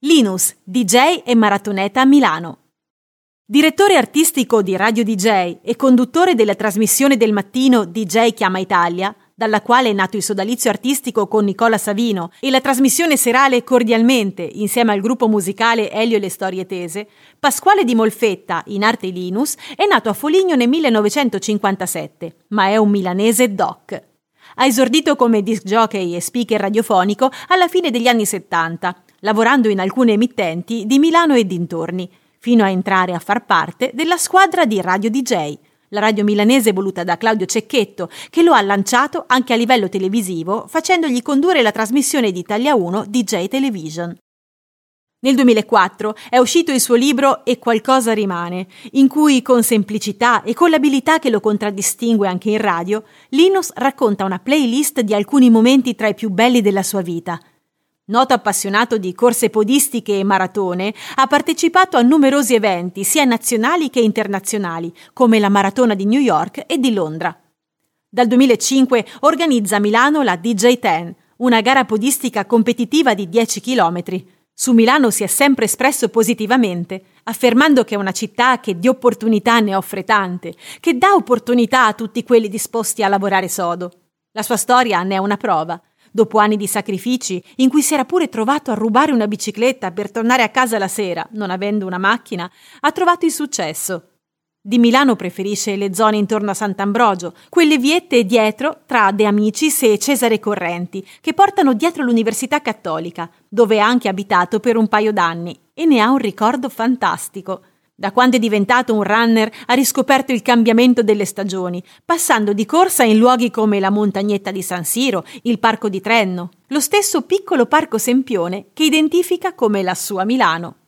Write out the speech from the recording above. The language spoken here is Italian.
Linus, DJ e maratoneta a Milano. Direttore artistico di Radio DJ e conduttore della trasmissione del mattino DJ Chiama Italia, dalla quale è nato il sodalizio artistico con Nicola Savino e la trasmissione serale Cordialmente insieme al gruppo musicale Elio e le Storie Tese, Pasquale Di Molfetta, in arte Linus, è nato a Foligno nel 1957, ma è un milanese doc. Ha esordito come disc jockey e speaker radiofonico alla fine degli anni 70, lavorando in alcune emittenti di Milano e dintorni, fino a entrare a far parte della squadra di Radio DJ, la radio milanese voluta da Claudio Cecchetto, che lo ha lanciato anche a livello televisivo, facendogli condurre la trasmissione di Italia 1 DJ Television. Nel 2004 è uscito il suo libro E qualcosa rimane, in cui, con semplicità e con l'abilità che lo contraddistingue anche in radio, Linus racconta una playlist di alcuni momenti tra i più belli della sua vita. Noto appassionato di corse podistiche e maratone, ha partecipato a numerosi eventi, sia nazionali che internazionali, come la Maratona di New York e di Londra. Dal 2005 organizza a Milano la DJ 10, una gara podistica competitiva di 10 chilometri. Su Milano si è sempre espresso positivamente, affermando che è una città che di opportunità ne offre tante, che dà opportunità a tutti quelli disposti a lavorare sodo. La sua storia ne è una prova. Dopo anni di sacrifici, in cui si era pure trovato a rubare una bicicletta per tornare a casa la sera, non avendo una macchina, ha trovato il successo. Di Milano preferisce le zone intorno a Sant'Ambrogio, quelle viette dietro tra De Amicis e Cesare Correnti, che portano dietro l'Università Cattolica, dove ha anche abitato per un paio d'anni, e ne ha un ricordo fantastico. Da quando è diventato un runner ha riscoperto il cambiamento delle stagioni, passando di corsa in luoghi come la montagnetta di San Siro, il Parco di Trenno, lo stesso piccolo Parco Sempione che identifica come la sua Milano.